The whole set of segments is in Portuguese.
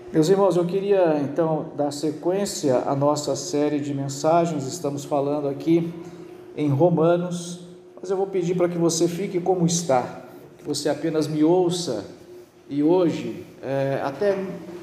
Meus irmãos, eu queria então dar sequência à nossa série de mensagens. Estamos falando aqui em Romanos, mas eu vou pedir para que você fique como está, que você apenas me ouça. E hoje, até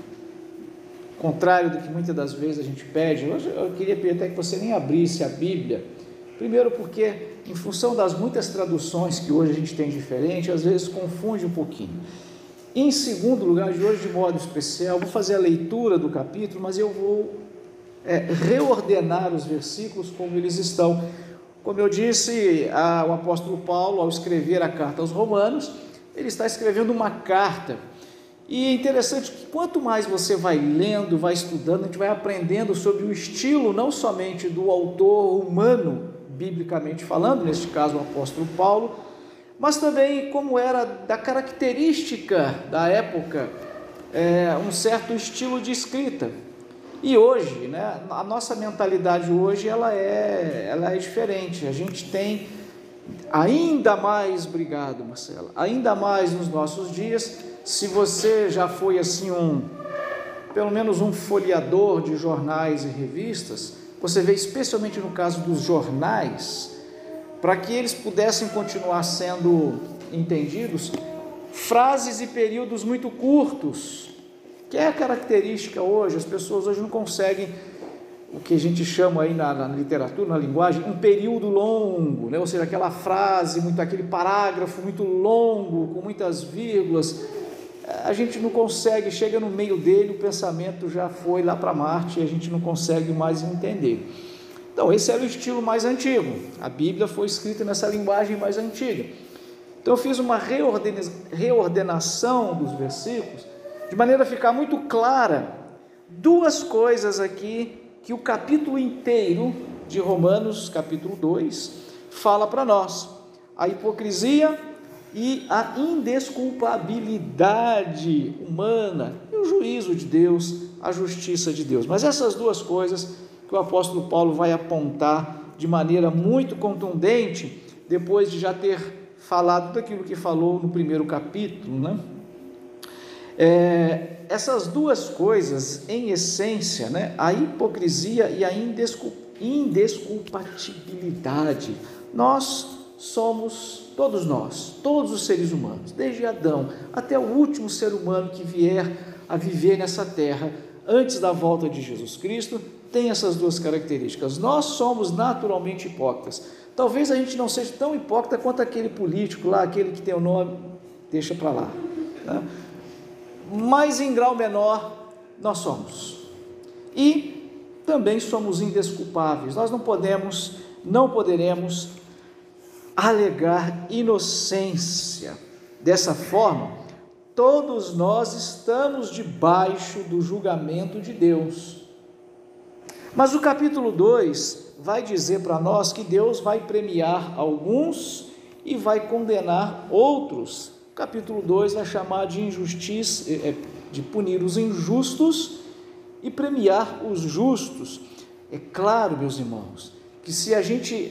contrário do que muitas das vezes a gente pede, hoje eu queria pedir até que você nem abrisse a Bíblia. Primeiro porque, em função das muitas traduções que hoje a gente tem diferente, às vezes confunde um pouquinho. Em segundo lugar, de hoje de modo especial, vou fazer a leitura do capítulo, mas eu vou reordenar os versículos como eles estão. Como eu disse, o apóstolo Paulo, ao escrever a carta aos Romanos, ele está escrevendo uma carta. E é interessante que quanto mais você vai lendo, vai estudando, a gente vai aprendendo sobre o estilo, não somente do autor humano, biblicamente falando, neste caso o apóstolo Paulo, mas também como era da característica da época, um certo estilo de escrita. E hoje, né, a nossa mentalidade hoje ela é diferente. A gente tem ainda mais, obrigado Marcela, ainda mais nos nossos dias. Se você já foi assim pelo menos um folheador de jornais e revistas, você vê especialmente no caso dos jornais, para que eles pudessem continuar sendo entendidos, frases e períodos muito curtos, que é a característica hoje. As pessoas hoje não conseguem, o que a gente chama aí na literatura, na linguagem, um período longo, né? Ou seja, aquela frase, aquele parágrafo muito longo, com muitas vírgulas, a gente não consegue, chega no meio dele, o pensamento já foi lá para Marte e a gente não consegue mais entender. Então, esse era o estilo mais antigo. A Bíblia foi escrita nessa linguagem mais antiga. Então, eu fiz uma reordenação dos versículos, de maneira a ficar muito clara duas coisas aqui que o capítulo inteiro de Romanos, capítulo 2, fala para nós: a hipocrisia e a indesculpabilidade humana e o juízo de Deus, a justiça de Deus. Mas essas duas coisas que o apóstolo Paulo vai apontar de maneira muito contundente, depois de já ter falado daquilo que falou no primeiro capítulo, né? Essas duas coisas, em essência, né? A hipocrisia e a indesculpabilidade. Nós somos, todos os seres humanos, desde Adão até o último ser humano que vier a viver nessa terra, antes da volta de Jesus Cristo, tem essas duas características. Nós somos naturalmente hipócritas. Talvez a gente não seja tão hipócrita quanto aquele político lá, aquele que tem o nome, deixa para lá, né? Mas em grau menor nós somos. E também somos indesculpáveis. Nós não poderemos alegar inocência. Dessa forma, todos nós estamos debaixo do julgamento de Deus. Mas o capítulo 2 vai dizer para nós que Deus vai premiar alguns e vai condenar outros. O capítulo 2 vai chamar de injustiça, de punir os injustos e premiar os justos. É claro, meus irmãos, que se a gente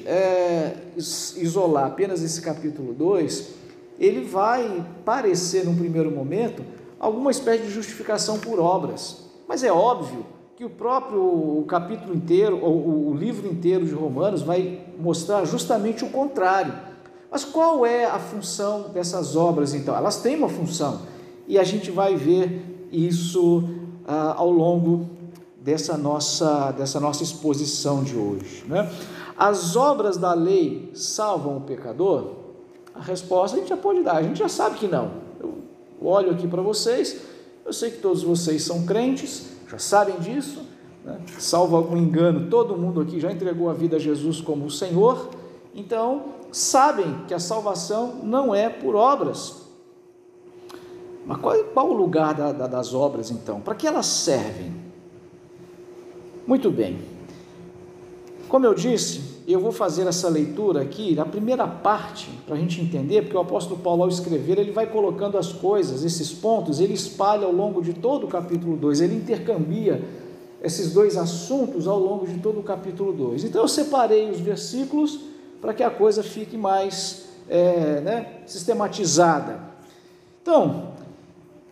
isolar apenas esse capítulo 2, ele vai parecer, num primeiro momento, alguma espécie de justificação por obras. Mas é óbvio que o capítulo inteiro, ou o livro inteiro de Romanos, vai mostrar justamente o contrário. Mas qual é a função dessas obras, então? Elas têm uma função, e a gente vai ver isso ao longo dessa nossa exposição de hoje, né? As obras da lei salvam o pecador? A resposta a gente já pode dar, a gente já sabe que não. Eu olho aqui para vocês, eu sei que todos vocês são crentes, já sabem disso, né? Salvo algum engano, todo mundo aqui já entregou a vida a Jesus como o Senhor, então sabem que a salvação não é por obras. Mas qual o lugar das obras, então? Para que elas servem? Muito bem, como eu disse, eu vou fazer essa leitura aqui, a primeira parte, para a gente entender, porque o apóstolo Paulo, ao escrever, ele vai colocando as coisas, esses pontos, ele espalha ao longo de todo o capítulo 2, ele intercambia esses dois assuntos ao longo de todo o capítulo 2. Então eu separei os versículos para que a coisa fique mais sistematizada. Então,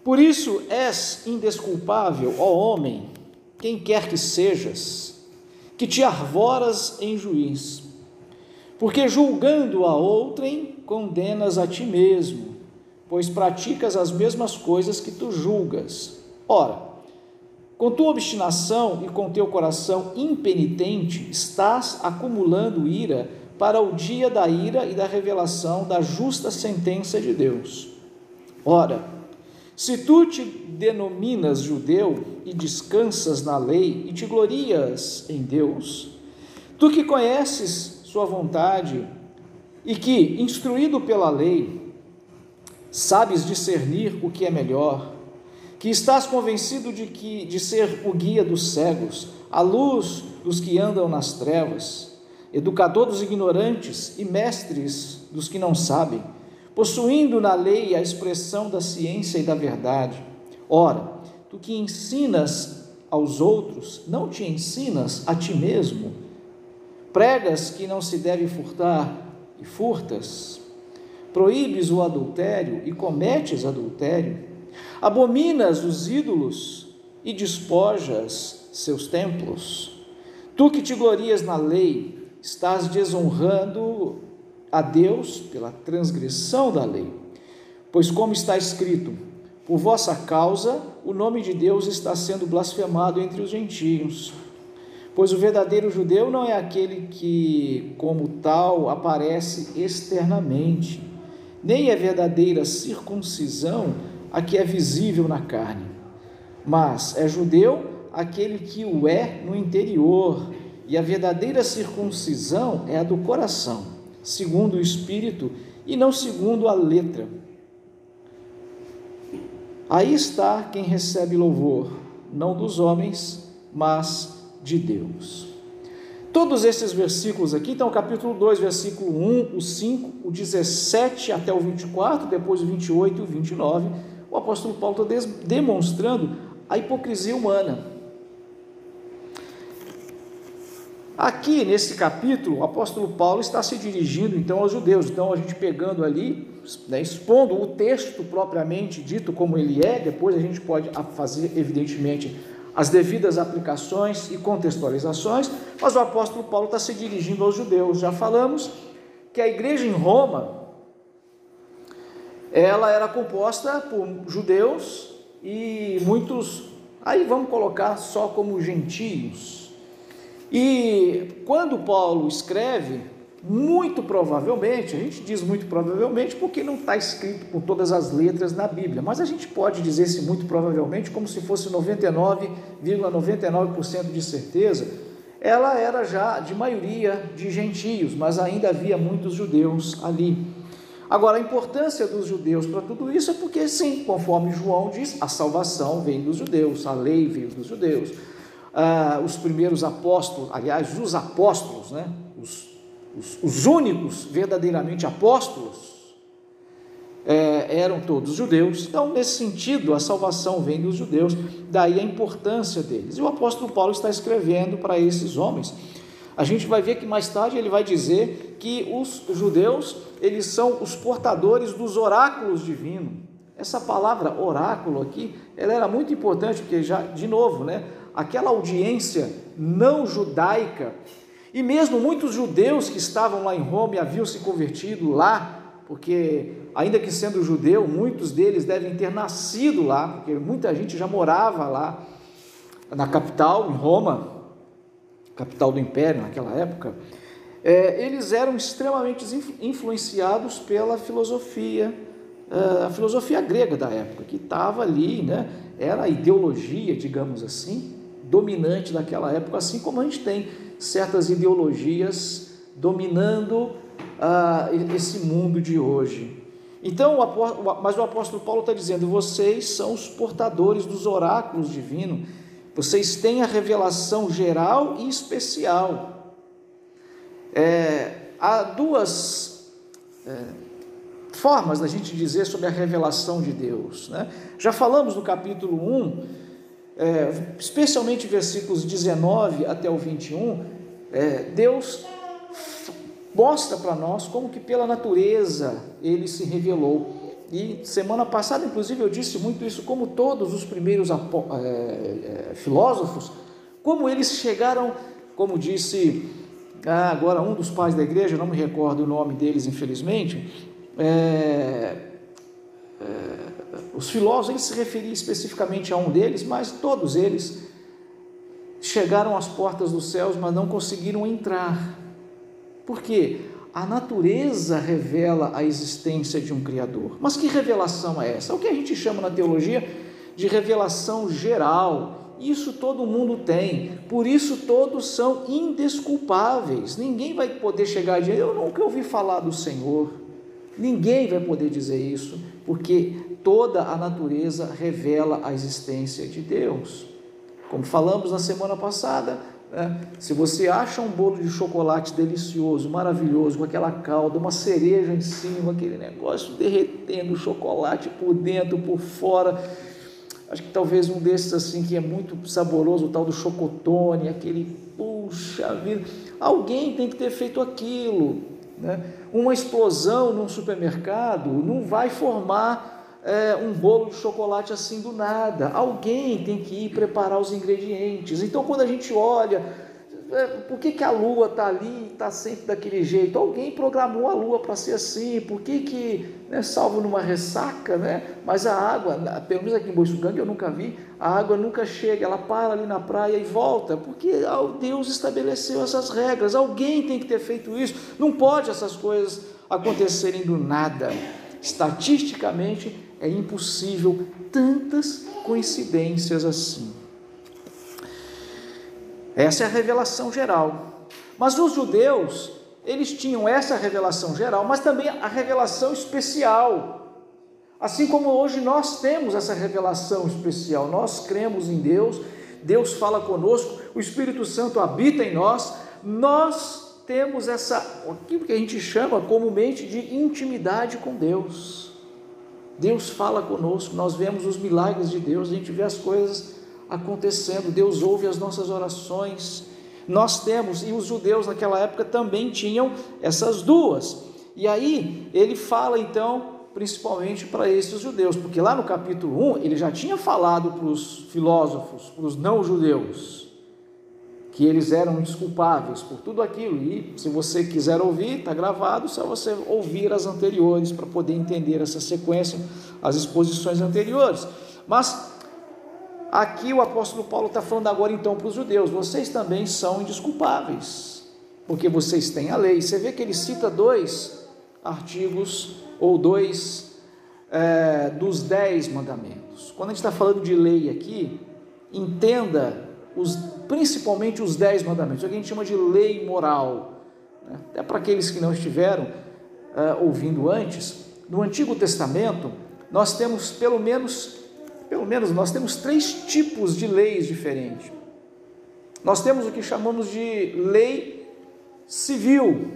Por isso és indesculpável, ó homem, quem quer que sejas, que te arvoras em juiz, porque julgando a outrem, condenas a ti mesmo, pois praticas as mesmas coisas que tu julgas. Ora, com tua obstinação e com teu coração impenitente, estás acumulando ira para o dia da ira e da revelação da justa sentença de Deus. Ora, se tu te denominas judeu e descansas na lei e te glorias em Deus, tu que conheces sua vontade e que, instruído pela lei, sabes discernir o que é melhor, que estás convencido de ser o guia dos cegos, a luz dos que andam nas trevas, educador dos ignorantes e mestres dos que não sabem, possuindo na lei a expressão da ciência e da verdade. Ora, tu que ensinas aos outros, não te ensinas a ti mesmo? Pregas que não se deve furtar e furtas? Proíbes o adultério e cometes adultério? Abominas os ídolos e despojas seus templos? Tu que te glorias na lei, estás desonrando a Deus pela transgressão da lei. Pois como está escrito, por vossa causa o nome de Deus está sendo blasfemado entre os gentios. Pois o verdadeiro judeu não é aquele que, como tal, aparece externamente, nem é verdadeira circuncisão a que é visível na carne, mas é judeu aquele que o é no interior, e a verdadeira circuncisão é a do coração, segundo o Espírito e não segundo a letra. Aí está quem recebe louvor, não dos homens, mas de Deus. Todos esses versículos aqui, então o capítulo 2, versículo 1, o 5, o 17 até o 24, depois o 28 e o 29, o apóstolo Paulo está demonstrando a hipocrisia humana. Aqui nesse capítulo, o apóstolo Paulo está se dirigindo então aos judeus. Então a gente pegando ali, né, expondo o texto propriamente dito como ele é, depois a gente pode fazer evidentemente as devidas aplicações e contextualizações, mas o apóstolo Paulo está se dirigindo aos judeus. Já falamos que a igreja em Roma, ela era composta por judeus e muitos, aí vamos colocar só como gentios. E quando Paulo escreve, muito provavelmente, a gente diz muito provavelmente porque não está escrito com todas as letras na Bíblia, mas a gente pode dizer esse muito provavelmente como se fosse 99,99% de certeza, ela era já de maioria de gentios, mas ainda havia muitos judeus ali. Agora, a importância dos judeus para tudo isso é porque, sim, conforme João diz, a salvação vem dos judeus, a lei veio dos judeus. Os primeiros apóstolos, aliás, os apóstolos, né? Os únicos verdadeiramente apóstolos eram todos judeus. Então, nesse sentido, a salvação vem dos judeus, daí a importância deles. E o apóstolo Paulo está escrevendo para esses homens. A gente vai ver que mais tarde ele vai dizer que os judeus, eles são os portadores dos oráculos divinos. Essa palavra oráculo aqui, ela era muito importante, porque já, de novo, né, aquela audiência não judaica, e mesmo muitos judeus que estavam lá em Roma e haviam se convertido lá, porque ainda que sendo judeu, muitos deles devem ter nascido lá, porque muita gente já morava lá na capital, em Roma, capital do império naquela época. Eles eram extremamente influenciados pela filosofia, a filosofia grega da época, que estava ali, né? Era a ideologia, digamos assim, dominante daquela época, assim como a gente tem certas ideologias dominando esse mundo de hoje. Então, mas o apóstolo Paulo está dizendo, vocês são os portadores dos oráculos divinos, vocês têm a revelação geral e especial. Há duas formas da gente dizer sobre a revelação de Deus, né? Já falamos no capítulo 1, especialmente versículos 19 até o 21, Deus mostra para nós como que pela natureza Ele se revelou. e semana passada, inclusive, eu disse muito isso, como todos os primeiros filósofos, como eles chegaram, como disse agora um dos pais da igreja, não me recordo o nome deles, infelizmente, os filósofos, ele se referia especificamente a um deles, mas todos eles chegaram às portas dos céus, mas não conseguiram entrar. Por quê? A natureza revela a existência de um Criador. Mas que revelação é essa? É o que a gente chama na teologia de revelação geral. Isso todo mundo tem, por isso todos são indesculpáveis. Ninguém vai poder chegar e dizer, eu nunca ouvi falar do Senhor. Ninguém vai poder dizer isso, porque toda a natureza revela a existência de Deus. Como falamos na semana passada, se você acha um bolo de chocolate delicioso, maravilhoso, com aquela calda, uma cereja em cima, aquele negócio derretendo o chocolate por dentro, por fora, acho que talvez um desses assim que é muito saboroso, o tal do chocotone, aquele, puxa vida, alguém tem que ter feito aquilo, né? Uma explosão num supermercado não vai formar um bolo de chocolate assim do nada. Alguém tem que ir preparar os ingredientes. Então, quando a gente olha, por que a lua está ali e está sempre daquele jeito? Alguém programou a lua para ser assim. Por que salvo numa ressaca, mas a água, pelo menos aqui em Boiçucanga eu nunca vi, a água nunca chega, ela para ali na praia e volta, porque Deus estabeleceu essas regras. Alguém tem que ter feito isso. Não pode essas coisas acontecerem do nada. Estatisticamente é impossível tantas coincidências assim. Essa é a revelação geral. Mas os judeus, eles tinham essa revelação geral, mas também a revelação especial. Assim como hoje nós temos essa revelação especial, nós cremos em Deus, Deus fala conosco, o Espírito Santo habita em nós, nós temos aquilo que a gente chama comumente de intimidade com Deus. Deus fala conosco, nós vemos os milagres de Deus, a gente vê as coisas acontecendo, Deus ouve as nossas orações. Nós temos, e os judeus naquela época também tinham essas duas. E aí ele fala então, principalmente para esses judeus, porque lá no capítulo 1 ele já tinha falado para os filósofos, para os não judeus, que eles eram indesculpáveis por tudo aquilo, e se você quiser ouvir, está gravado, só você ouvir as anteriores, para poder entender essa sequência, as exposições anteriores. Mas aqui o apóstolo Paulo está falando agora então para os judeus, vocês também são indesculpáveis, porque vocês têm a lei. Você vê que ele cita 2 artigos, ou 2 dos 10 mandamentos. Quando a gente está falando de lei aqui, entenda principalmente os 10 mandamentos, o que a gente chama de lei moral, até para aqueles que não estiveram ouvindo antes. No Antigo Testamento nós temos pelo menos nós temos 3 tipos de leis diferentes. Nós temos o que chamamos de lei civil.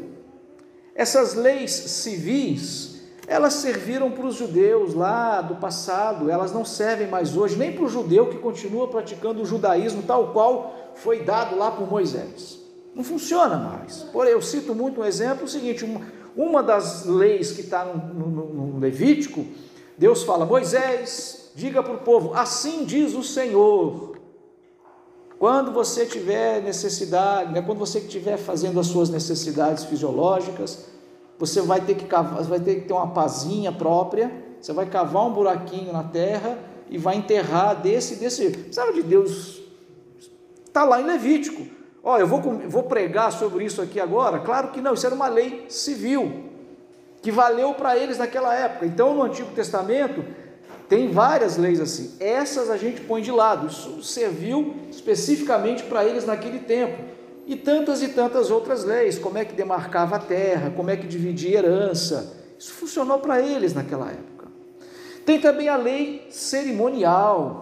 Essas leis civis, elas serviram para os judeus lá do passado, elas não servem mais hoje, nem para o judeu que continua praticando o judaísmo tal qual foi dado lá por Moisés. Não funciona mais. Porém, eu cito muito um exemplo, o seguinte, uma das leis que está no Levítico, Deus fala, Moisés, diga para o povo, assim diz o Senhor, quando você tiver necessidade, quando você estiver fazendo as suas necessidades fisiológicas, você vai ter que ter uma pazinha própria, você vai cavar um buraquinho na terra e vai enterrar desse. Sabe de Deus? Está lá em Levítico. Eu vou pregar sobre isso aqui agora? Claro que não, isso era uma lei civil, que valeu para eles naquela época. Então no Antigo Testamento tem várias leis assim, essas a gente põe de lado, isso serviu especificamente para eles naquele tempo. E tantas outras leis, como é que demarcava a terra, como é que dividia herança, isso funcionou para eles naquela época. Tem também a lei cerimonial,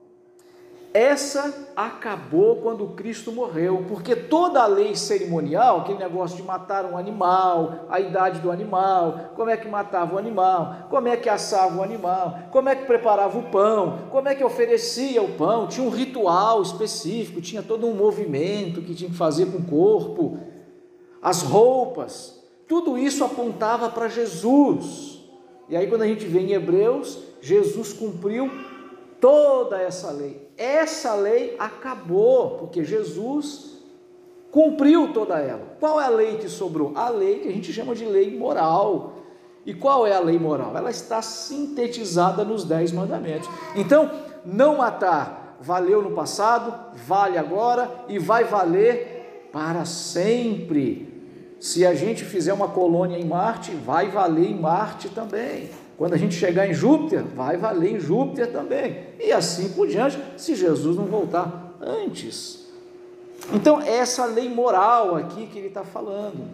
essa acabou quando Cristo morreu, porque toda a lei cerimonial, aquele negócio de matar um animal, a idade do animal, como é que matava o animal, como é que assava o animal, como é que preparava o pão, como é que oferecia o pão, tinha um ritual específico, tinha todo um movimento que tinha que fazer com o corpo, as roupas, tudo isso apontava para Jesus. E aí quando a gente vê em Hebreus, Jesus cumpriu toda essa lei. Essa lei acabou, porque Jesus cumpriu toda ela. Qual é a lei que sobrou? A lei que a gente chama de lei moral. E qual é a lei moral? Ela está sintetizada nos 10 mandamentos. Então, não matar valeu no passado, vale agora e vai valer para sempre. Se a gente fizer uma colônia em Marte, vai valer em Marte também. Quando a gente chegar em Júpiter, vai valer em Júpiter também. E assim por diante, se Jesus não voltar antes. Então, essa lei moral aqui que ele está falando.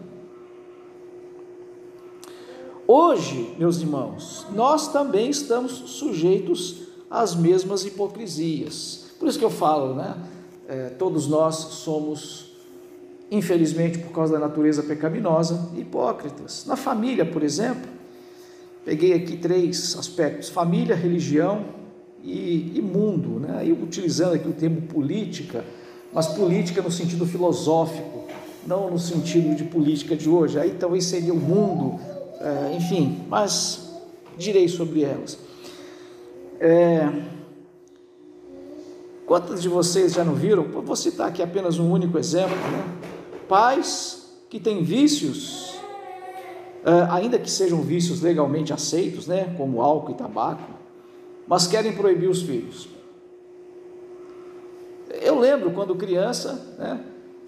Hoje, meus irmãos, nós também estamos sujeitos às mesmas hipocrisias. Por isso que eu falo, né? Todos nós somos, infelizmente, por causa da natureza pecaminosa, hipócritas. Na família, por exemplo, peguei aqui 3 aspectos: família, religião e mundo, né? Aí, utilizando aqui o termo política, mas política no sentido filosófico, não no sentido de política de hoje. Aí talvez seria o mundo, enfim, mas direi sobre elas. Quantos de vocês já não viram? Vou citar aqui apenas um único exemplo, né? Pais que têm vícios, ainda que sejam vícios legalmente aceitos, né? Como álcool e tabaco, mas querem proibir os filhos. Eu lembro quando criança, né?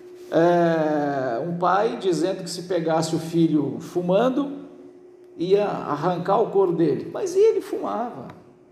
Um pai dizendo que se pegasse o filho fumando, ia arrancar o couro dele, mas ele fumava.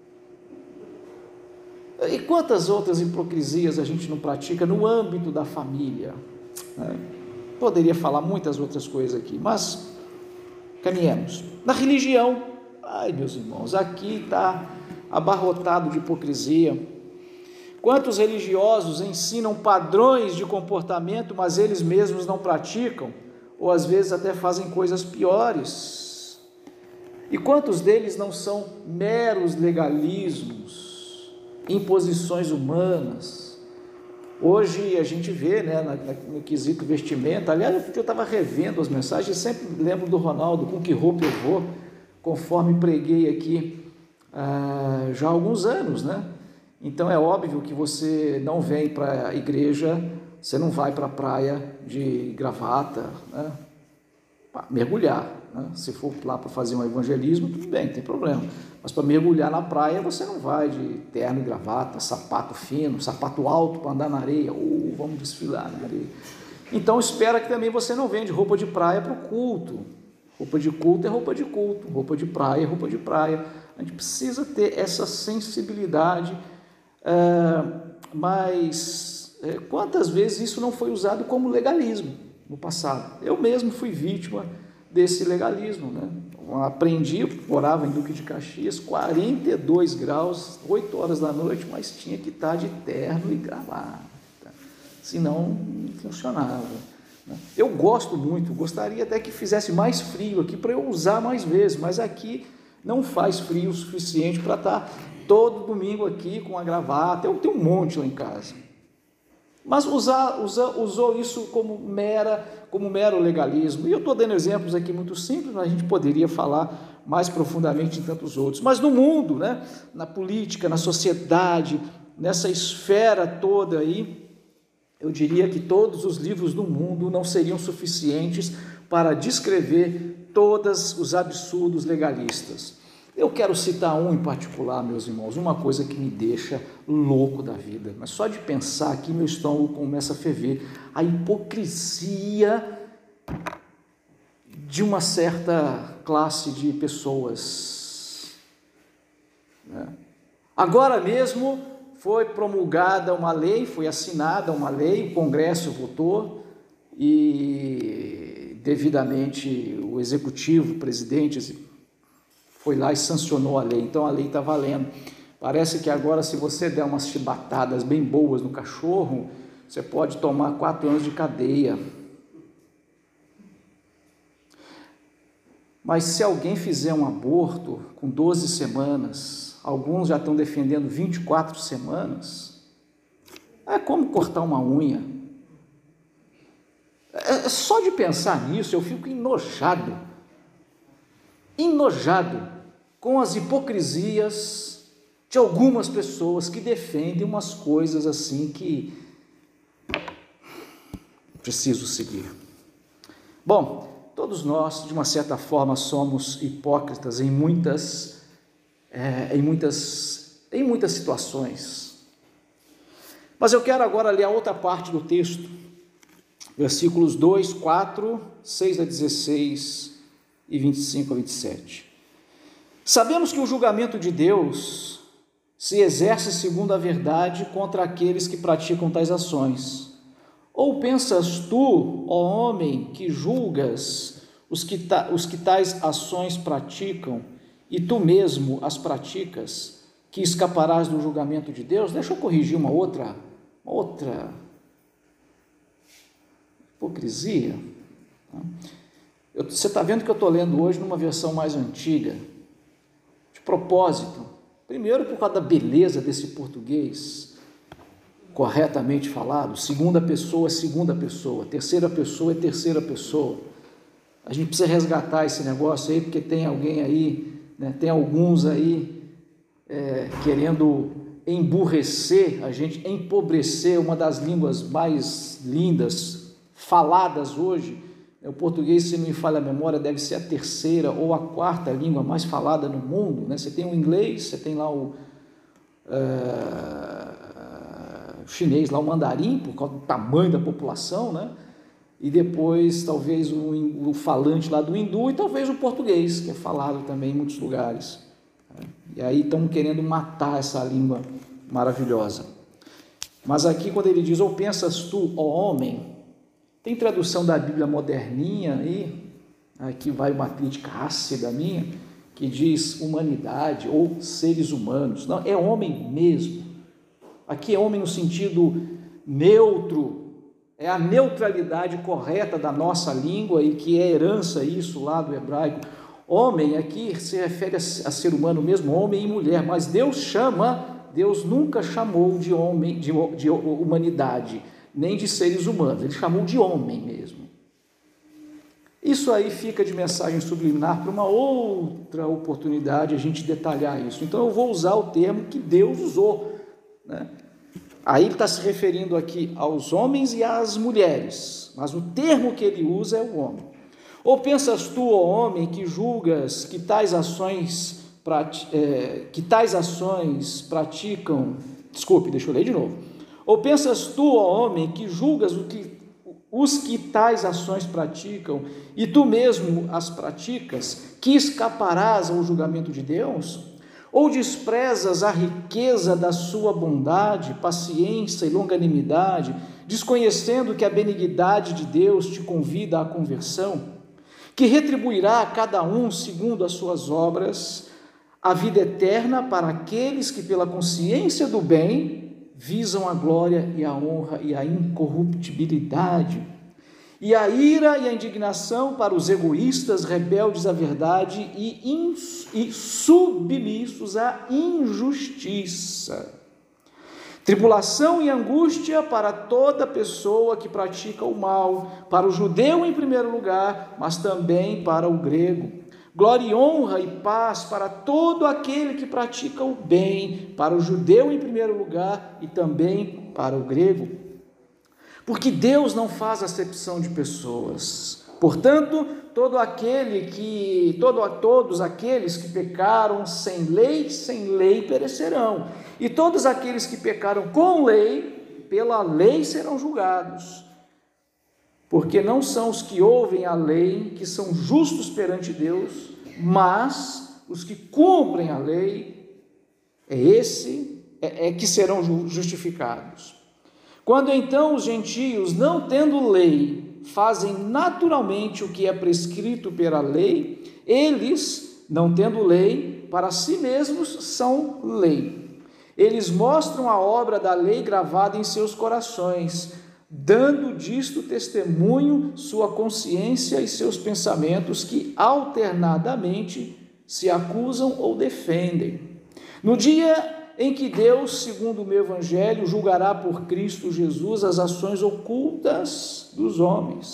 E quantas outras hipocrisias a gente não pratica no âmbito da família, né? Poderia falar muitas outras coisas aqui, mas caminhemos. Na religião, ai meus irmãos, aqui está abarrotado de hipocrisia. Quantos religiosos ensinam padrões de comportamento, mas eles mesmos não praticam, ou às vezes até fazem coisas piores. E quantos deles não são meros legalismos, imposições humanas? Hoje a gente vê, né, no quesito vestimenta. Aliás, eu estava revendo as mensagens, sempre lembro do Ronaldo, com que roupa eu vou, conforme preguei aqui já há alguns anos, né? Então é óbvio que você não vem para a igreja, você não vai para a praia de gravata, né? Mergulhar, né? Se for lá para fazer um evangelismo, tudo bem, não tem problema, mas para mergulhar na praia você não vai de terno e gravata, sapato fino, sapato alto para andar na areia, ou vamos desfilar na areia. Então espera que também você não venha de roupa de praia para o culto. Roupa de culto é roupa de culto, roupa de praia é roupa de praia. A gente precisa ter essa sensibilidade, mas quantas vezes isso não foi usado como legalismo no passado? Eu mesmo fui vítima desse legalismo, né? Aprendi, morava em Duque de Caxias, 42 graus, 8 horas da noite, mas tinha que estar de terno e gravata, senão não funcionava, né? Eu gosto muito, gostaria até que fizesse mais frio aqui para eu usar mais vezes, mas aqui não faz frio o suficiente para estar todo domingo aqui com a gravata. Eu tenho um monte lá em casa. Mas usou isso como mero legalismo. E eu estou dando exemplos aqui muito simples, mas a gente poderia falar mais profundamente em tantos outros. Mas no mundo, né, na política, na sociedade, nessa esfera toda aí, eu diria que todos os livros do mundo não seriam suficientes para descrever todos os absurdos legalistas. Eu quero citar um em particular, meus irmãos, uma coisa que me deixa louco da vida, mas só de pensar aqui meu estômago começa a ferver: a hipocrisia de uma certa classe de pessoas, né? Agora mesmo foi promulgada uma lei, foi assinada uma lei, o Congresso votou e devidamente o executivo, o presidente, foi lá e sancionou a lei. Então a lei está valendo. Parece que agora, se você der umas chibatadas bem boas no cachorro, você pode tomar 4 anos de cadeia. Mas se alguém fizer um aborto com 12 semanas, alguns já estão defendendo 24 semanas, é como cortar uma unha. Só de pensar nisso eu fico enojado. com as hipocrisias de algumas pessoas que defendem umas coisas assim que preciso seguir. Bom, todos nós, de uma certa forma, somos hipócritas em muitas situações. Mas eu quero agora ler a outra parte do texto, versículos 2, 4, 6 a 16 e 25 a 27. Sabemos que o julgamento de Deus se exerce segundo a verdade contra aqueles que praticam tais ações. Ou pensas tu, ó homem, que julgas os que tais ações praticam, e tu mesmo as praticas, que escaparás do julgamento de Deus? Deixa eu corrigir uma outra hipocrisia. Você está vendo que eu estou lendo hoje numa versão mais antiga, de propósito. Primeiro, por causa da beleza desse português corretamente falado. Segunda pessoa é segunda pessoa, terceira pessoa é terceira pessoa. A gente precisa resgatar esse negócio aí, porque tem alguém aí, né, tem alguns aí querendo emburrecer a gente, empobrecer uma das línguas mais lindas faladas hoje. O português, se não me falha a memória, deve ser a terceira ou a quarta língua mais falada no mundo, né? Você tem o inglês, você tem lá o chinês, lá o mandarim, por causa do tamanho da população, né? E depois talvez o falante lá do hindu, e talvez o português, que é falado também em muitos lugares. E aí estão querendo matar essa língua maravilhosa. Mas aqui, quando ele diz, ou pensas tu, ó homem, tem tradução da Bíblia moderninha aí, aqui vai uma crítica ácida minha, que diz humanidade ou seres humanos. Não, é homem mesmo. Aqui é homem no sentido neutro, é a neutralidade correta da nossa língua e que é herança isso lá do hebraico. Homem aqui se refere a ser humano mesmo, homem e mulher, mas Deus nunca chamou de homem, de humanidade, nem de seres humanos, ele chamou de homem mesmo. Isso aí fica de mensagem subliminar para uma outra oportunidade a gente detalhar isso. Então eu vou usar o termo que Deus usou, né? Aí ele está se referindo aqui aos homens e às mulheres, mas o termo que ele usa é o homem. Ou pensas tu, ó homem, que julgas que tais ações praticam... Desculpe, deixa eu ler de novo. Ou pensas tu, ó homem, que julgas os que tais ações praticam, e tu mesmo as praticas, que escaparás ao julgamento de Deus? Ou desprezas a riqueza da sua bondade, paciência e longanimidade, desconhecendo que a benignidade de Deus te convida à conversão, que retribuirá a cada um segundo as suas obras, a vida eterna para aqueles que pela consciência do bem visam a glória e a honra e a incorruptibilidade, e a ira e a indignação para os egoístas, rebeldes à verdade e submissos à injustiça, tribulação e angústia para toda pessoa que pratica o mal, para o judeu em primeiro lugar, mas também para o grego, glória e honra e paz para todo aquele que pratica o bem, para o judeu em primeiro lugar e também para o grego. Porque Deus não faz acepção de pessoas. Portanto, todos aqueles que pecaram sem lei perecerão. E todos aqueles que pecaram com lei, pela lei serão julgados. Porque não são os que ouvem a lei que são justos perante Deus, mas os que cumprem a lei, que serão justificados. Quando então os gentios, não tendo lei, fazem naturalmente o que é prescrito pela lei, eles, não tendo lei, para si mesmos são lei. Eles mostram a obra da lei gravada em seus corações, dando disto testemunho sua consciência e seus pensamentos, que alternadamente se acusam ou defendem. No dia em que Deus, segundo o meu evangelho, julgará por Cristo Jesus as ações ocultas dos homens,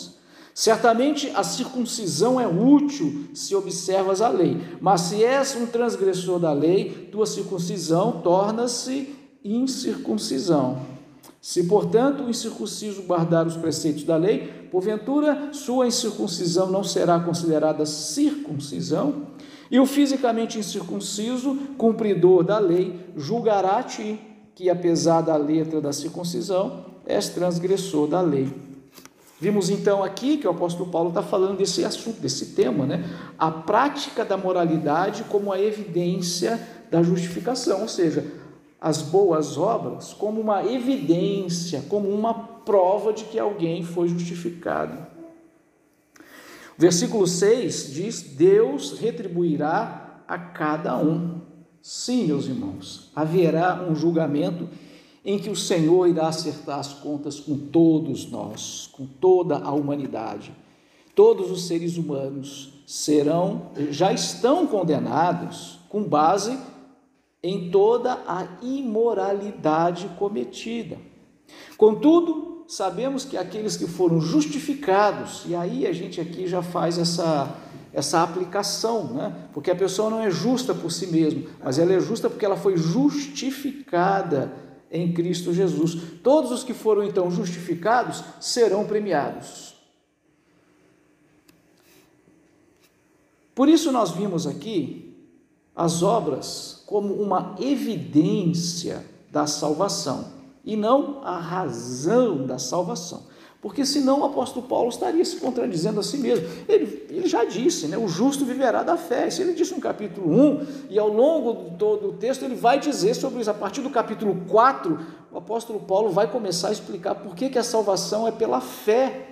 Certamente a circuncisão é útil se observas a lei, mas se és um transgressor da lei, tua circuncisão torna-se incircuncisão. Se, portanto, o incircunciso guardar os preceitos da lei, porventura sua incircuncisão não será considerada circuncisão, e o fisicamente incircunciso, cumpridor da lei, julgará-te que, apesar da letra da circuncisão, és transgressor da lei. Vimos então aqui que o apóstolo Paulo está falando desse assunto, desse tema, né? A prática da moralidade como a evidência da justificação, ou seja, as boas obras como uma evidência, como uma prova de que alguém foi justificado. O versículo 6 diz: Deus retribuirá a cada um. Sim, meus irmãos, haverá um julgamento em que o Senhor irá acertar as contas com todos nós, com toda a humanidade. Todos os seres humanos já estão condenados com base em toda a imoralidade cometida. Contudo, sabemos que aqueles que foram justificados, e aí a gente aqui já faz essa aplicação, né? Porque a pessoa não é justa por si mesma, mas ela é justa porque ela foi justificada em Cristo Jesus. Todos os que foram então justificados serão premiados. Por isso nós vimos aqui as obras como uma evidência da salvação e não a razão da salvação, porque senão o apóstolo Paulo estaria se contradizendo a si mesmo. Ele já disse, né, o justo viverá da fé. Isso ele disse no capítulo 1, e ao longo de todo o texto ele vai dizer sobre isso. A partir do capítulo 4, o apóstolo Paulo vai começar a explicar por que a salvação é pela fé.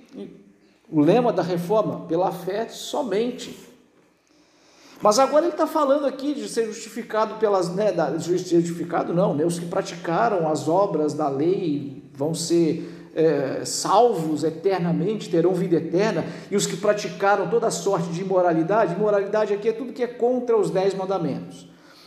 O lema da reforma, pela fé somente. Mas agora ele está falando aqui de ser justificado justificado não, né? Os que praticaram as obras da lei vão ser salvos eternamente, terão vida eterna, e os que praticaram toda sorte de imoralidade aqui é tudo que é contra os 10 mandamentos.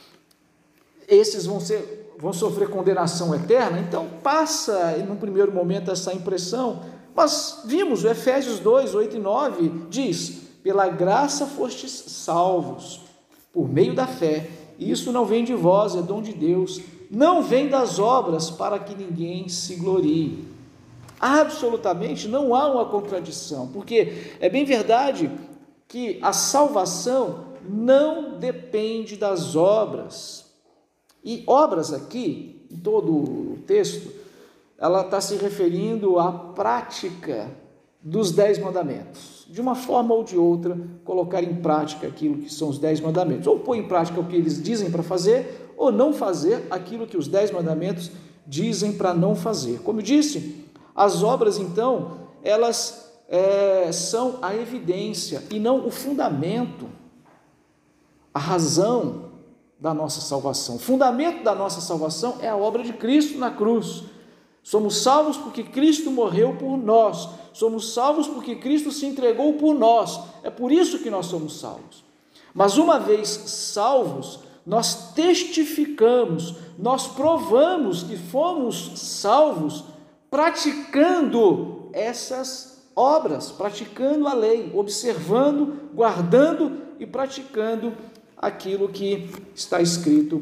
Esses vão sofrer condenação eterna. Então passa, no primeiro momento, essa impressão, mas vimos, o Efésios 2, 8 e 9 diz: pela graça fostes salvos, por meio da fé, e isso não vem de vós, é dom de Deus, não vem das obras, para que ninguém se glorie. Absolutamente não há uma contradição, porque é bem verdade que a salvação não depende das obras, e obras aqui, em todo o texto, ela está se referindo à prática dos 10 mandamentos, de uma forma ou de outra, colocar em prática aquilo que são os 10 mandamentos, ou pôr em prática o que eles dizem para fazer, ou não fazer aquilo que os 10 mandamentos dizem para não fazer. Como eu disse, as obras, então, elas são a evidência e não o fundamento, a razão da nossa salvação. O fundamento da nossa salvação é a obra de Cristo na cruz. Somos salvos porque Cristo morreu por nós. Somos salvos porque Cristo se entregou por nós. É por isso que nós somos salvos. Mas uma vez salvos, nós testificamos, nós provamos que fomos salvos praticando essas obras, praticando a lei, observando, guardando e praticando aquilo que está escrito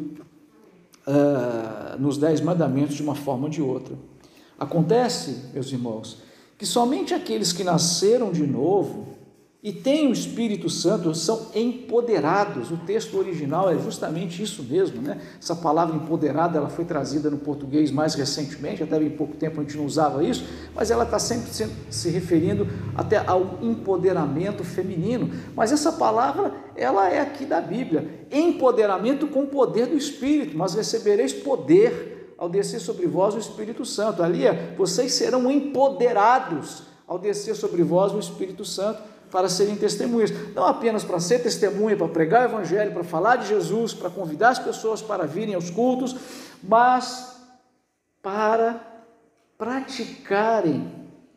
nos 10 mandamentos de uma forma ou de outra. Acontece, meus irmãos, que somente aqueles que nasceram de novo e têm o Espírito Santo são empoderados. O texto original é justamente isso mesmo, né? Essa palavra empoderada, ela foi trazida no português mais recentemente, até bem pouco tempo a gente não usava isso, mas ela está sempre se referindo até ao empoderamento feminino. Mas essa palavra, ela é aqui da Bíblia, empoderamento com o poder do Espírito, mas recebereis poder ao descer sobre vós o Espírito Santo. Ali vocês serão empoderados ao descer sobre vós o Espírito Santo para serem testemunhas, não apenas para ser testemunha, para pregar o Evangelho, para falar de Jesus, para convidar as pessoas para virem aos cultos, mas para praticarem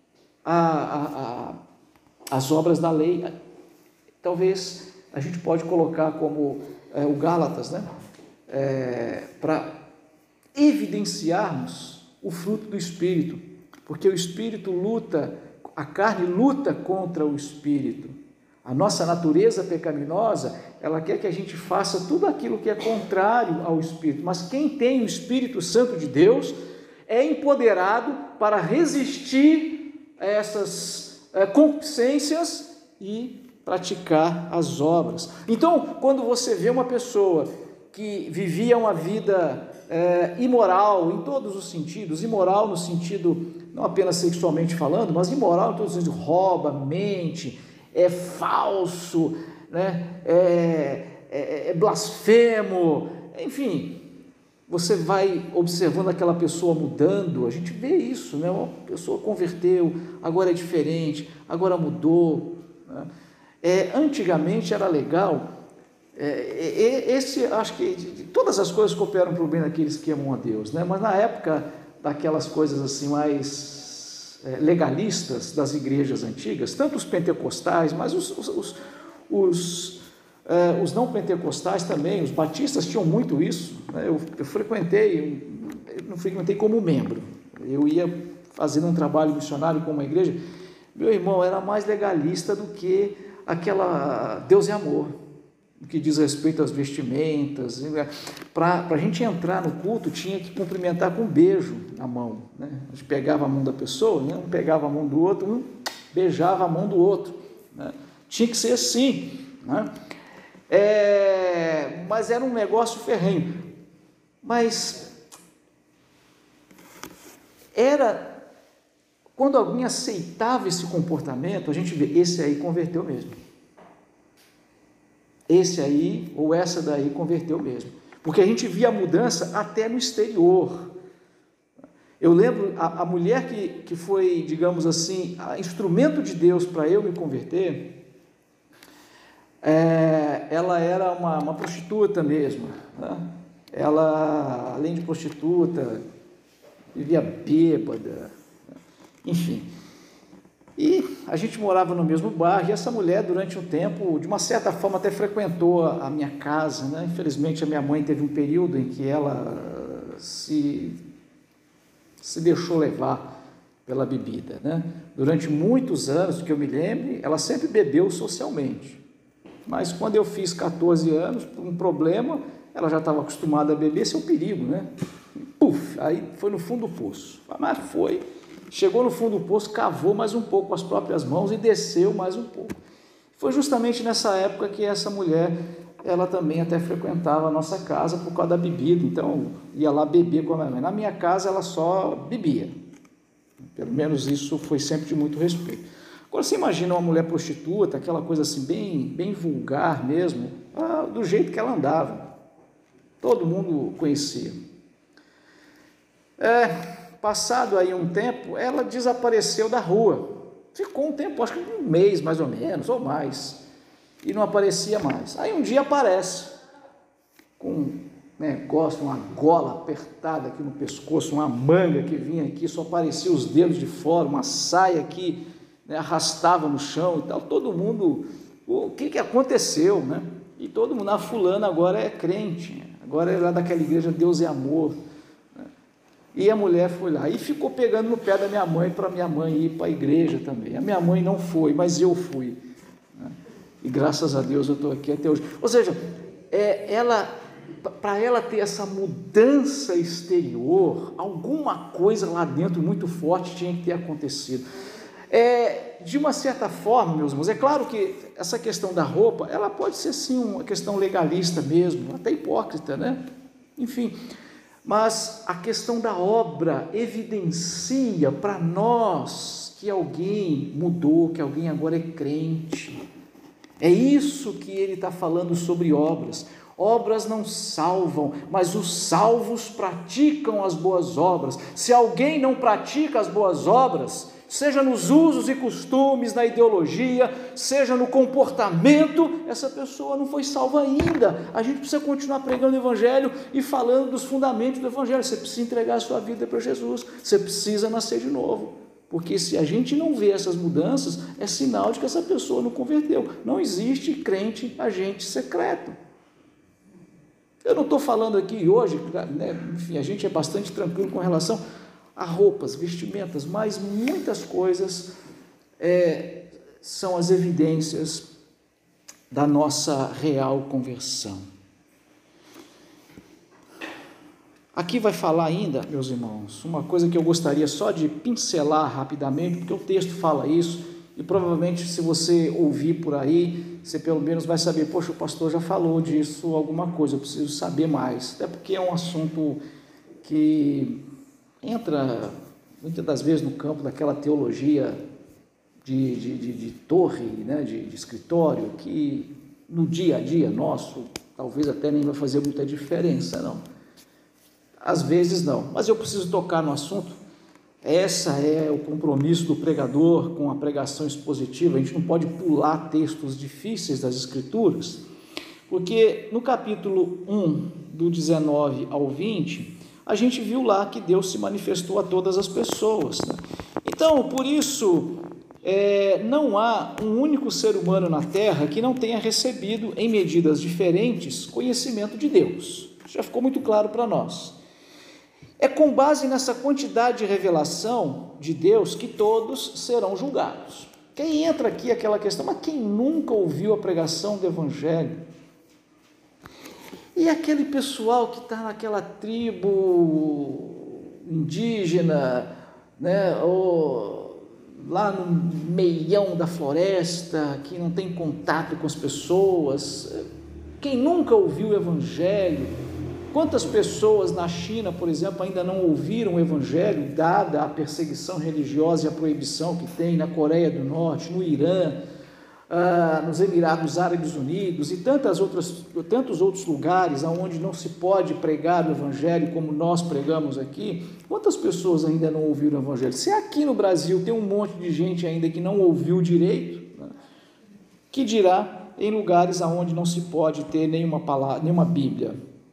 as obras da lei. Talvez a gente pode colocar como o Gálatas, né? Para evidenciarmos o fruto do Espírito, porque o Espírito luta a carne luta contra o espírito. A nossa natureza pecaminosa, ela quer que a gente faça tudo aquilo que é contrário ao espírito. Mas quem tem o Espírito Santo de Deus é empoderado para resistir a essas concupiscências e praticar as obras. Então, quando você vê uma pessoa que vivia uma vida imoral em todos os sentidos, imoral no sentido não apenas sexualmente falando, mas imoral em todos os sentidos, rouba, mente, é falso, né? é blasfemo, enfim, você vai observando aquela pessoa mudando, a gente vê isso, né? Uma pessoa converteu, agora é diferente, agora mudou, né? Antigamente era legal, acho que todas as coisas cooperam para o bem daqueles que amam a Deus, né? Mas na época daquelas coisas assim mais legalistas das igrejas antigas, tanto os pentecostais, mas os não pentecostais também, os batistas tinham muito isso, né? Eu não frequentei como membro, eu ia fazendo um trabalho missionário com uma igreja, meu irmão, era mais legalista do que aquela Deus é amor, no que diz respeito às vestimentas. Para a gente entrar no culto, tinha que cumprimentar com um beijo na mão, né? A gente pegava a mão da pessoa, né? Um pegava a mão do outro, um beijava a mão do outro, né? Tinha que ser assim, né? Mas era um negócio ferrenho. Mas quando alguém aceitava esse comportamento, a gente vê, esse aí converteu mesmo. Esse aí ou essa daí converteu mesmo. Porque a gente via a mudança até no exterior. Eu lembro a mulher que foi, digamos assim, instrumento de Deus para eu me converter, ela era uma prostituta mesmo, né? Ela, além de prostituta, vivia bêbada, enfim. E a gente morava no mesmo bairro, e essa mulher, durante um tempo, de uma certa forma, até frequentou a minha casa, né? Infelizmente, a minha mãe teve um período em que ela se deixou levar pela bebida, né? Durante muitos anos, que eu me lembre, ela sempre bebeu socialmente. Mas quando eu fiz 14 anos, por um problema, ela já estava acostumada a beber, esse é um perigo, né? Puf, aí foi no fundo do poço. Mas foi, chegou no fundo do poço, cavou mais um pouco com as próprias mãos e desceu mais um pouco. Foi justamente nessa época que essa mulher, ela também até frequentava a nossa casa por causa da bebida, então ia lá beber com a minha mãe. Na minha casa ela só bebia, pelo menos isso foi sempre de muito respeito. Agora você imagina uma mulher prostituta, aquela coisa assim bem vulgar mesmo, do jeito que ela andava, todo mundo conhecia. Passado aí um tempo, ela desapareceu da rua, ficou um tempo, acho que um mês mais ou menos, ou mais, e não aparecia mais. Aí um dia aparece, com um negócio, uma gola apertada aqui no pescoço, uma manga que vinha aqui, só aparecia os dedos de fora, uma saia que, né, arrastava no chão e tal, todo mundo, o que aconteceu, né? E todo mundo, a fulana agora é crente, agora é lá daquela igreja Deus é amor, né? E a mulher foi lá e ficou pegando no pé da minha mãe, para minha mãe ir para a igreja também. A minha mãe não foi, mas eu fui, né? E graças a Deus eu estou aqui até hoje. Ou seja, para ela ter essa mudança exterior, alguma coisa lá dentro muito forte tinha que ter acontecido. De uma certa forma, meus irmãos, é claro que essa questão da roupa, ela pode ser sim uma questão legalista mesmo, até hipócrita, né? Enfim, mas a questão da obra evidencia para nós que alguém mudou, que alguém agora é crente. É isso que ele está falando sobre obras. Obras não salvam, mas os salvos praticam as boas obras. Se alguém não pratica as boas obras, seja nos usos e costumes, na ideologia, seja no comportamento, essa pessoa não foi salva ainda. A gente precisa continuar pregando o Evangelho e falando dos fundamentos do Evangelho. Você precisa entregar a sua vida para Jesus, você precisa nascer de novo, porque se a gente não vê essas mudanças, é sinal de que essa pessoa não converteu. Não existe crente agente secreto. Eu não estou falando aqui hoje, né, enfim, a gente é bastante tranquilo com relação a roupas, vestimentas, mas muitas coisas são as evidências da nossa real conversão. Aqui vai falar ainda, meus irmãos, uma coisa que eu gostaria só de pincelar rapidamente, porque o texto fala isso, e provavelmente se você ouvir por aí, você pelo menos vai saber, poxa, o pastor já falou disso alguma coisa, eu preciso saber mais, até porque é um assunto que entra muitas das vezes no campo daquela teologia de torre, né, de escritório, que no dia a dia nosso, talvez até nem vai fazer muita diferença, não. Às vezes não, mas eu preciso tocar no assunto. Esse é o compromisso do pregador com a pregação expositiva. A gente não pode pular textos difíceis das Escrituras, porque no capítulo 1, do 19 ao 20, a gente viu lá que Deus se manifestou a todas as pessoas, né? Então, por isso, não há um único ser humano na Terra que não tenha recebido, em medidas diferentes, conhecimento de Deus. Já ficou muito claro para nós. É com base nessa quantidade de revelação de Deus que todos serão julgados. Quem entra aqui aquela questão, mas quem nunca ouviu a pregação do Evangelho? E aquele pessoal que está naquela tribo indígena, né, ou lá no meião da floresta, que não tem contato com as pessoas, quem nunca ouviu o Evangelho? Quantas pessoas na China, por exemplo, ainda não ouviram o Evangelho, dada a perseguição religiosa e a proibição que tem na Coreia do Norte, no Irã, nos Emirados Árabes Unidos e tantos outros lugares onde não se pode pregar o Evangelho como nós pregamos aqui? Quantas pessoas ainda não ouviram o Evangelho? Se aqui no Brasil tem um monte de gente ainda que não ouviu direito, né, que dirá em lugares onde não se pode ter nenhuma palavra, nenhuma Bíblia?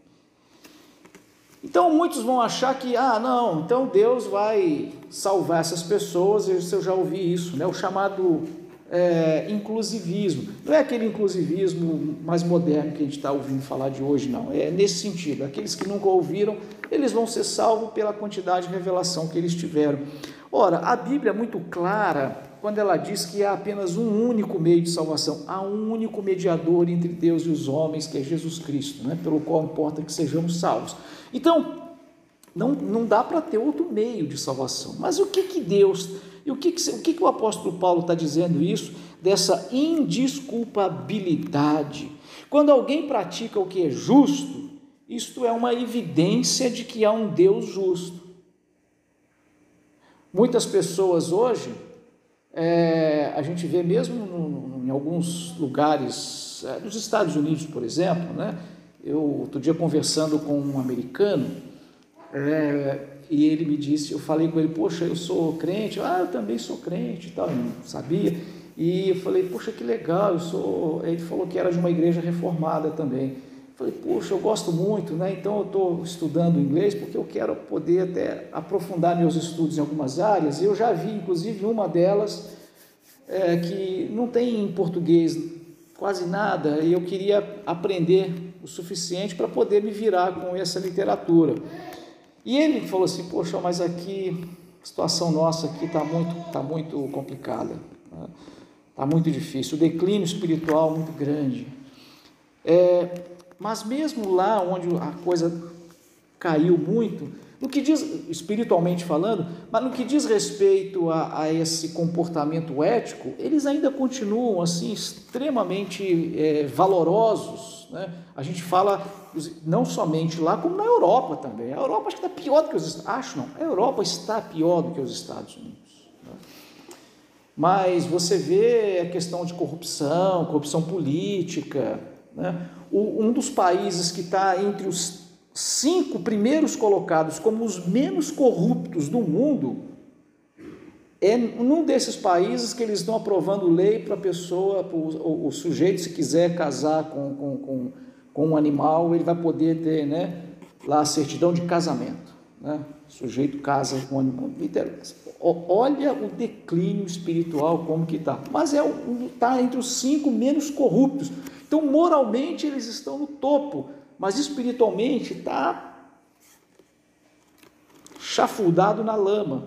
Então muitos vão achar que, não, então Deus vai salvar essas pessoas, eu já ouvi isso, né? O chamado inclusivismo. Não é aquele inclusivismo mais moderno que a gente está ouvindo falar de hoje, não. É nesse sentido, aqueles que nunca ouviram, eles vão ser salvos pela quantidade de revelação que eles tiveram. Ora, a Bíblia é muito clara quando ela diz que há apenas um único meio de salvação, há um único mediador entre Deus e os homens, que é Jesus Cristo, né? Pelo qual importa que sejamos salvos. Então, não dá para ter outro meio de salvação. Mas o que Deus, e o que o apóstolo Paulo está dizendo isso? Dessa indesculpabilidade. Quando alguém pratica o que é justo, isto é uma evidência de que há um Deus justo. Muitas pessoas hoje, a gente vê mesmo em alguns lugares, nos Estados Unidos, por exemplo, né? Eu, outro dia, conversando com um americano, e ele me disse, eu falei com ele, poxa, eu sou crente, eu também sou crente e tal, eu não sabia, e eu falei, poxa, que legal, ele falou que era de uma igreja reformada também. Eu falei, poxa, eu gosto muito, né? Então eu estou estudando inglês porque eu quero poder até aprofundar meus estudos em algumas áreas, e eu já vi, inclusive, uma delas que não tem em português quase nada, e eu queria aprender o suficiente para poder me virar com essa literatura. E ele falou assim, poxa, mas aqui, a situação nossa aqui está muito complicada, está muito difícil, o declínio espiritual muito grande. Mas mesmo lá onde a coisa caiu muito, no que diz, espiritualmente falando, mas no que diz respeito a esse comportamento ético, eles ainda continuam assim extremamente valorosos, né? A gente fala não somente lá, como na Europa também. A Europa acho que está pior do que os Estados Unidos. Acho não, a Europa está pior do que os Estados Unidos, né? Mas você vê a questão de corrupção política, né? Um dos países que está entre os 5 primeiros colocados como os menos corruptos do mundo, é num desses países que eles estão aprovando lei para a pessoa, o sujeito, se quiser casar com um animal, ele vai poder ter, né, lá a certidão de casamento, né? O sujeito casa com um animal. Olha o declínio espiritual como que está, mas está entre os 5 menos corruptos. Então moralmente eles estão no topo, mas espiritualmente está chafurdado na lama.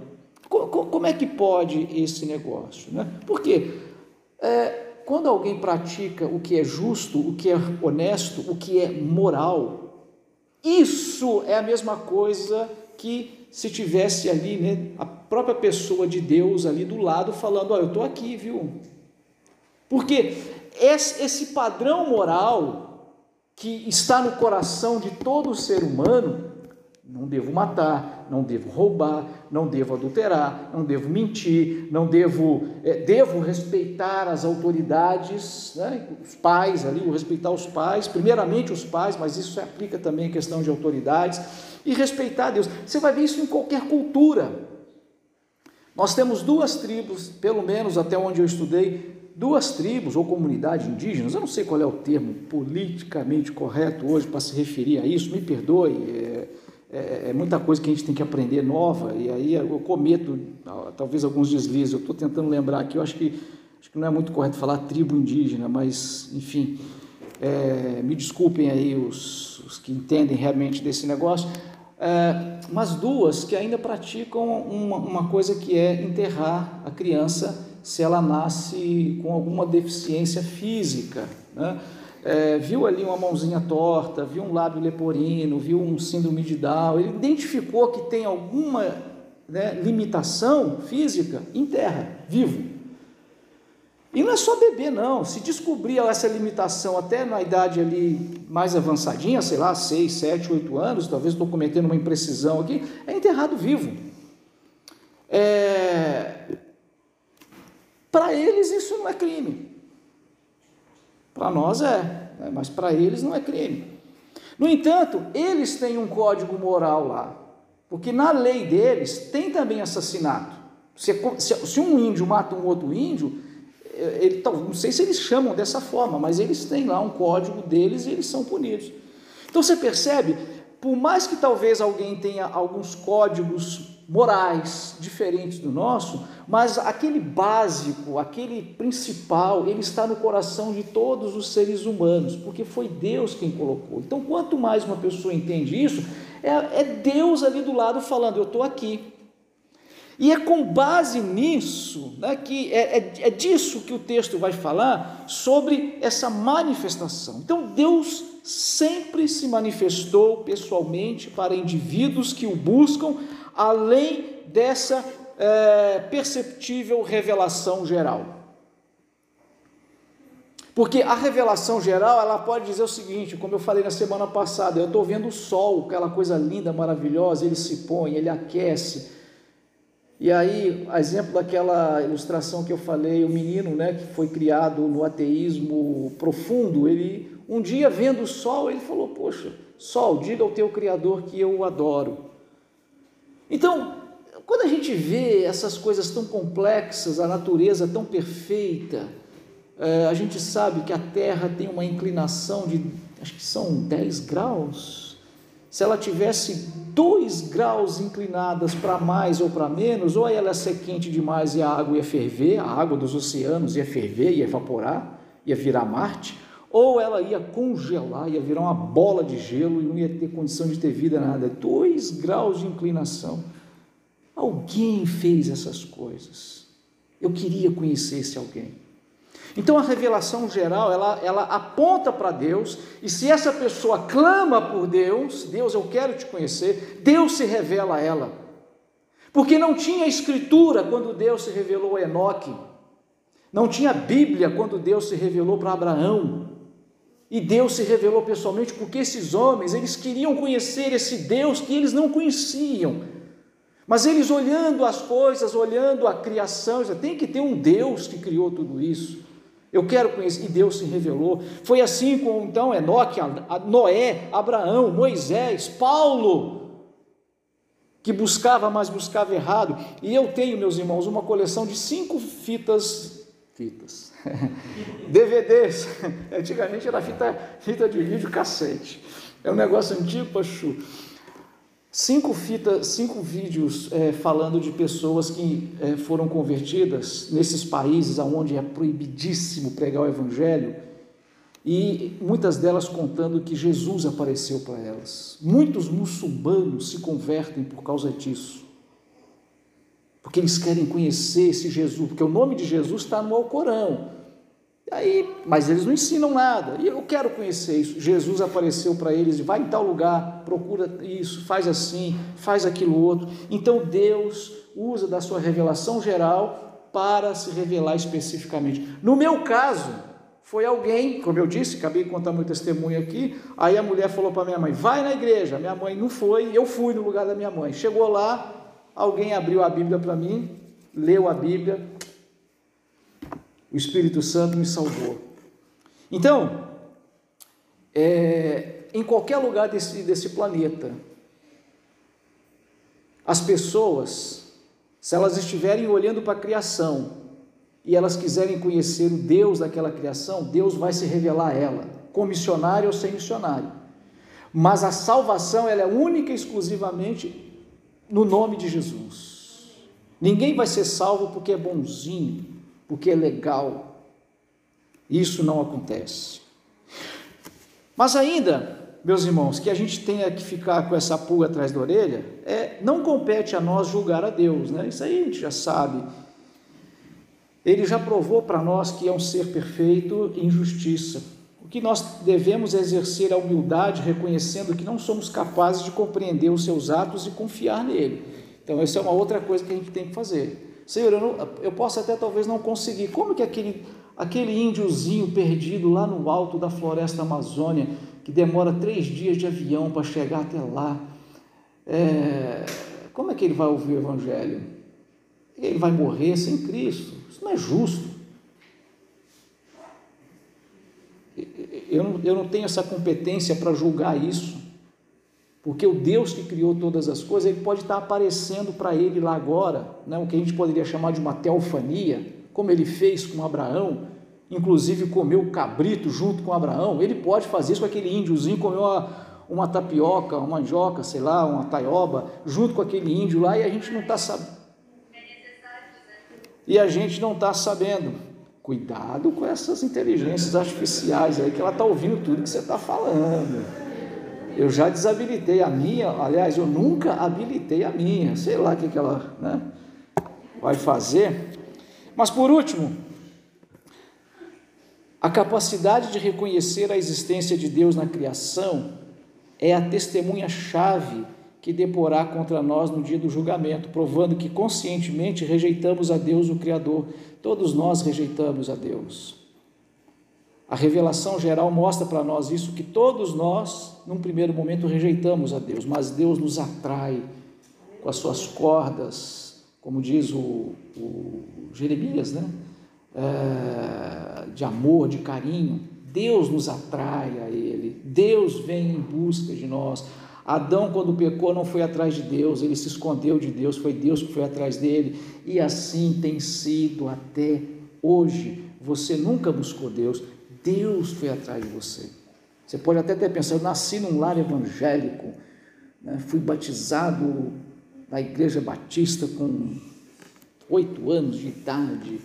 Como é que pode esse negócio? Né? Porque quando alguém pratica o que é justo, o que é honesto, o que é moral, isso é a mesma coisa que se tivesse ali, né, a própria pessoa de Deus ali do lado falando, eu estou aqui, viu? Porque esse padrão moral que está no coração de todo ser humano, não devo matar, não devo roubar, não devo adulterar, não devo mentir, não devo respeitar as autoridades, né? Os pais ali, respeitar os pais, primeiramente os pais, mas isso se aplica também à questão de autoridades, e respeitar Deus. Você vai ver isso em qualquer cultura. Nós temos duas tribos, pelo menos até onde eu estudei, duas tribos ou comunidades indígenas, eu não sei qual é o termo politicamente correto hoje para se referir a isso, me perdoe, é muita coisa que a gente tem que aprender nova, e aí eu cometo talvez alguns deslizes, eu estou tentando lembrar aqui, eu acho que não é muito correto falar tribo indígena, mas enfim, me desculpem aí os que entendem realmente desse negócio, mas duas que ainda praticam uma coisa que é enterrar a criança se ela nasce com alguma deficiência física, né? Viu ali uma mãozinha torta, viu um lábio leporino, viu um síndrome de Down, ele identificou que tem alguma, né, limitação física, enterra, vivo. E não é só bebê não, se descobrir essa limitação até na idade ali mais avançadinha, sei lá, 6, 7, 8 anos, talvez estou cometendo uma imprecisão aqui, é enterrado vivo. Para eles isso não é crime. Para nós mas para eles não é crime. No entanto, eles têm um código moral lá, porque na lei deles tem também assassinato. Se um índio mata um outro índio, não sei se eles chamam dessa forma, mas eles têm lá um código deles e eles são punidos. Então você percebe, por mais que talvez alguém tenha alguns códigos morais diferentes do nosso, mas aquele básico, aquele principal, ele está no coração de todos os seres humanos, porque foi Deus quem colocou. Então, quanto mais uma pessoa entende isso, é Deus ali do lado falando, eu estou aqui. E é com base nisso, né, que é disso que o texto vai falar, sobre essa manifestação. Então, Deus sempre se manifestou pessoalmente para indivíduos que o buscam, além dessa perceptível revelação geral. Porque a revelação geral, ela pode dizer o seguinte, como eu falei na semana passada, eu estou vendo o sol, aquela coisa linda, maravilhosa, ele se põe, ele aquece. E aí, a exemplo daquela ilustração que eu falei, o menino, né, que foi criado no ateísmo profundo, ele um dia vendo o sol, ele falou, poxa, sol, diga ao teu Criador que eu o adoro. Então, quando a gente vê essas coisas tão complexas, a natureza tão perfeita, a gente sabe que a Terra tem uma inclinação de, acho que são 10 graus, se ela tivesse 2 graus inclinadas para mais ou para menos, ou ela ia ser quente demais e a água ia ferver, a água dos oceanos ia ferver, ia evaporar, ia virar Marte, ou ela ia congelar, ia virar uma bola de gelo e não ia ter condição de ter vida nada. 2 graus de inclinação. Alguém fez essas coisas. Eu queria conhecer esse alguém. Então a revelação geral, ela aponta para Deus, e se essa pessoa clama por Deus, Deus, eu quero te conhecer, Deus se revela a ela. Porque não tinha escritura quando Deus se revelou a Enoque, não tinha Bíblia quando Deus se revelou para Abraão, e Deus se revelou pessoalmente porque esses homens, eles queriam conhecer esse Deus que eles não conheciam, mas eles olhando as coisas, olhando a criação, tem que ter um Deus que criou tudo isso. Eu quero conhecer, e Deus se revelou. Foi assim com então Enoque, Noé, Abraão, Moisés, Paulo, que buscava, mas buscava errado. E eu tenho, meus irmãos, uma coleção de 5 fitas, DVDs, antigamente era fita de vídeo cassete, é um negócio antigo, pachu. 5 vídeos falando de pessoas que foram convertidas nesses países onde é proibidíssimo pregar o evangelho, e muitas delas contando que Jesus apareceu para elas. Muitos muçulmanos se convertem por causa disso, porque eles querem conhecer esse Jesus, porque o nome de Jesus está no Alcorão. Aí, mas eles não ensinam nada, e eu quero conhecer isso. Jesus apareceu para eles, vai em tal lugar, procura isso, faz assim, faz aquilo outro. Então Deus usa da sua revelação geral para se revelar especificamente. No meu caso, foi alguém, como eu disse, acabei de contar meu testemunho aqui, aí a mulher falou para minha mãe, vai na igreja. Minha mãe não foi, eu fui no lugar da minha mãe. Chegou lá, alguém abriu a Bíblia para mim, leu a Bíblia, o Espírito Santo me salvou. Então, em qualquer lugar desse planeta, as pessoas, se elas estiverem olhando para a criação e elas quiserem conhecer o Deus daquela criação, Deus vai se revelar a ela, com missionário ou sem missionário. Mas a salvação ela é única e exclusivamente no nome de Jesus. Ninguém vai ser salvo porque é bonzinho, porque é legal. Isso não acontece. Mas ainda, meus irmãos, que a gente tenha que ficar com essa pulga atrás da orelha, não compete a nós julgar a Deus, né? Isso aí a gente já sabe. Ele já provou para nós que é um ser perfeito em justiça. O que nós devemos é exercer a humildade, reconhecendo que não somos capazes de compreender os seus atos e confiar nele. Então, essa é uma outra coisa que a gente tem que fazer. Senhor, eu posso até talvez não conseguir. Como que aquele índiozinho perdido lá no alto da floresta amazônia, que demora 3 dias de avião para chegar até lá, como é que ele vai ouvir o Evangelho? Ele vai morrer sem Cristo? Isso não é justo. Eu não tenho essa competência para julgar isso, porque o Deus que criou todas as coisas, ele pode estar aparecendo para ele lá agora, né, o que a gente poderia chamar de uma teofania, como ele fez com Abraão, inclusive comeu o cabrito junto com Abraão. Ele pode fazer isso com aquele índiozinho, comeu uma tapioca, uma mandioca, sei lá, uma taioba, junto com aquele índio lá, e a gente não está sabendo. E a gente não está sabendo. Cuidado com essas inteligências artificiais aí, que ela está ouvindo tudo que você está falando. Eu já desabilitei a minha, aliás, eu nunca habilitei a minha, sei lá o que ela, né, vai fazer. Mas por último, a capacidade de reconhecer a existência de Deus na criação é a testemunha-chave que deporá contra nós no dia do julgamento, provando que conscientemente rejeitamos a Deus, o Criador. Todos nós rejeitamos a Deus. A revelação geral mostra para nós isso, que todos nós, num primeiro momento, rejeitamos a Deus, mas Deus nos atrai com as suas cordas, como diz o Jeremias, né? De amor, de carinho. Deus nos atrai a Ele, Deus vem em busca de nós. Adão, quando pecou, não foi atrás de Deus, ele se escondeu de Deus, foi Deus que foi atrás dele, e assim tem sido até hoje. Você nunca buscou Deus, Deus foi atrás de você. Você pode até ter pensado, nasci num lar evangélico, né? Fui batizado na igreja batista com 8 anos de idade,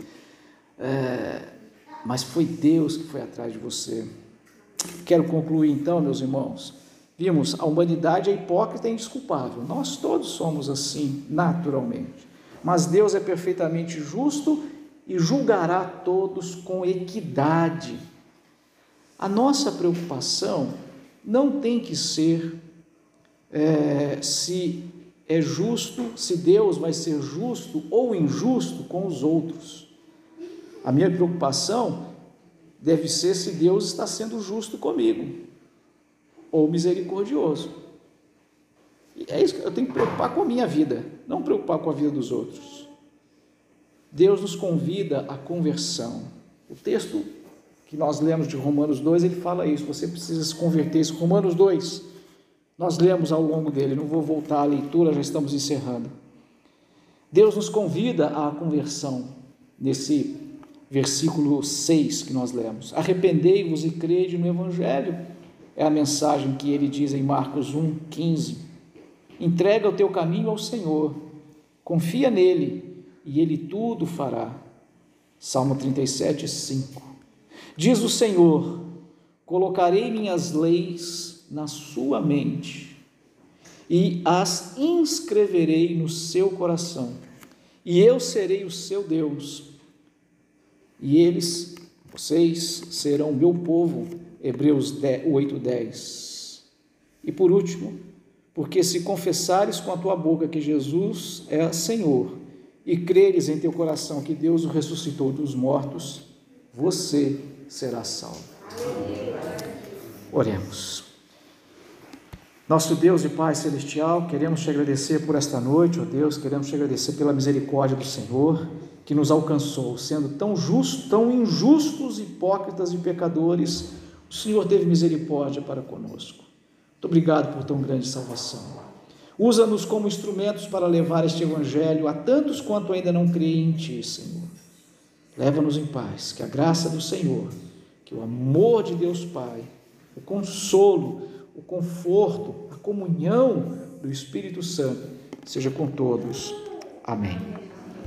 mas foi Deus que foi atrás de você. Quero concluir então, meus irmãos. Vimos, a humanidade é hipócrita e indesculpável. Nós todos somos assim, naturalmente. Mas Deus é perfeitamente justo e julgará todos com equidade. A nossa preocupação não tem que ser se é justo, se Deus vai ser justo ou injusto com os outros. A minha preocupação deve ser se Deus está sendo justo comigo ou misericordioso. E é isso que eu tenho que preocupar com a minha vida, não preocupar com a vida dos outros. Deus nos convida à conversão. O texto que nós lemos de Romanos 2, ele fala isso, você precisa se converter. Esse Romanos 2, nós lemos ao longo dele, não vou voltar à leitura, já estamos encerrando. Deus nos convida à conversão, nesse versículo 6 que nós lemos. Arrependei-vos e crede no Evangelho. É a mensagem que ele diz em Marcos 1,15. Entrega o teu caminho ao Senhor, confia nele e ele tudo fará. Salmo 37:5. Diz o Senhor: colocarei minhas leis na sua mente e as inscreverei no seu coração. e eu serei o seu Deus, e vocês serão o meu povo. Hebreus 8:10. E por último, porque se confessares com a tua boca que Jesus é Senhor, e creres em teu coração que Deus o ressuscitou dos mortos, você será salvo. Oremos. Nosso Deus e Pai Celestial, queremos te agradecer por esta noite, ó Deus, queremos te agradecer pela misericórdia do Senhor, que nos alcançou, sendo tão injustos, hipócritas e pecadores, o Senhor teve misericórdia para conosco. Muito obrigado por tão grande salvação. Usa-nos como instrumentos para levar este Evangelho a tantos quanto ainda não creem em Ti, Senhor. Leva-nos em paz, que a graça do Senhor, que o amor de Deus Pai, o consolo, o conforto, a comunhão do Espírito Santo seja com todos. Amém.